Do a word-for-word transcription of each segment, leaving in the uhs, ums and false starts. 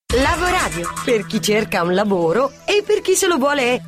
Lavoradio, per chi cerca un lavoro e per chi se lo vuole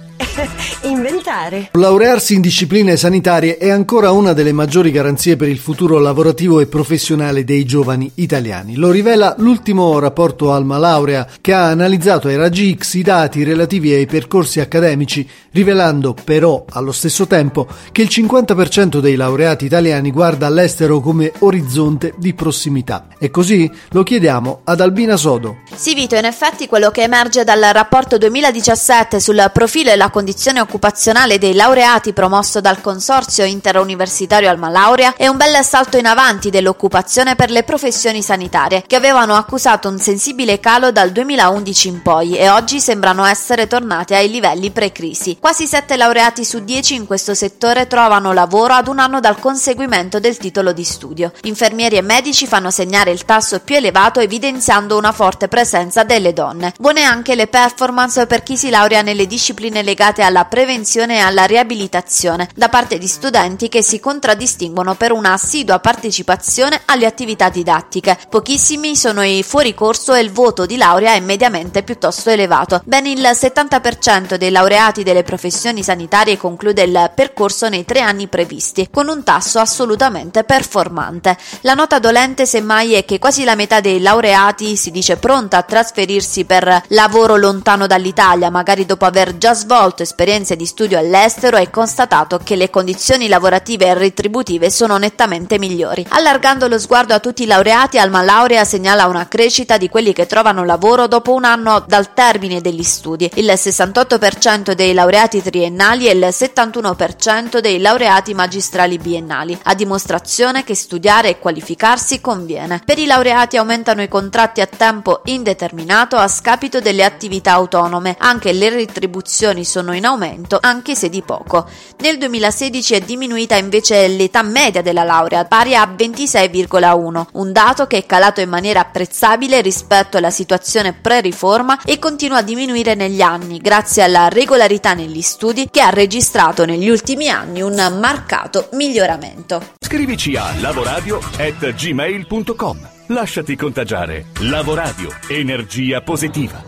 inventare. Laurearsi in discipline sanitarie è ancora una delle maggiori garanzie per il futuro lavorativo e professionale dei giovani italiani. Lo rivela l'ultimo rapporto Alma Laurea, che ha analizzato ai raggi X i dati relativi ai percorsi accademici, rivelando però allo stesso tempo che il cinquanta per cento dei laureati italiani guarda all'estero come orizzonte di prossimità. E così lo chiediamo ad Albina Sodo. Sì, Vito, in effetti quello che emerge dal rapporto duemiladiciassette sul profilo e la condizione occupazionale dei laureati promosso dal Consorzio Interuniversitario Alma Laurea è un bel salto in avanti dell'occupazione per le professioni sanitarie, che avevano accusato un sensibile calo dal duemilaundici in poi e oggi sembrano essere tornate ai livelli pre-crisi. Quasi sette laureati su dieci in questo settore trovano lavoro ad un anno dal conseguimento del titolo di studio. Infermieri e medici fanno segnare il tasso più elevato, evidenziando una forte presenza delle donne. Buone anche le performance per chi si laurea nelle discipline legate alla prevenzione e alla riabilitazione da parte di studenti che si contraddistinguono per una assidua partecipazione alle attività didattiche. Pochissimi sono i fuoricorso e il voto di laurea è mediamente piuttosto elevato. Ben il settanta per cento dei laureati delle professioni sanitarie conclude il percorso nei tre anni previsti, con un tasso assolutamente performante. La nota dolente semmai è che quasi la metà dei laureati si dice pronta a trasferirsi per lavoro lontano dall'Italia, magari dopo aver già svolto esperienze di studio all'estero e constatato che le condizioni lavorative e retributive sono nettamente migliori. Allargando lo sguardo a tutti i laureati, Alma Laurea segnala una crescita di quelli che trovano lavoro dopo un anno dal termine degli studi, il sessantotto per cento dei laureati triennali e il settantuno per cento dei laureati magistrali biennali, a dimostrazione che studiare e qualificarsi conviene. Per i laureati aumentano i contratti a tempo indeterminato a scapito delle attività autonome, anche le retribuzioni sono in aumento, anche se di poco. Nel duemilasedici è diminuita invece l'età media della laurea, pari a ventisei virgola uno, un dato che è calato in maniera apprezzabile rispetto alla situazione pre-riforma e continua a diminuire negli anni, grazie alla regolarità negli studi che ha registrato negli ultimi anni un marcato miglioramento. Scrivici a lavoradio chiocciola gmail punto com. Lasciati contagiare. Lavoradio, energia positiva.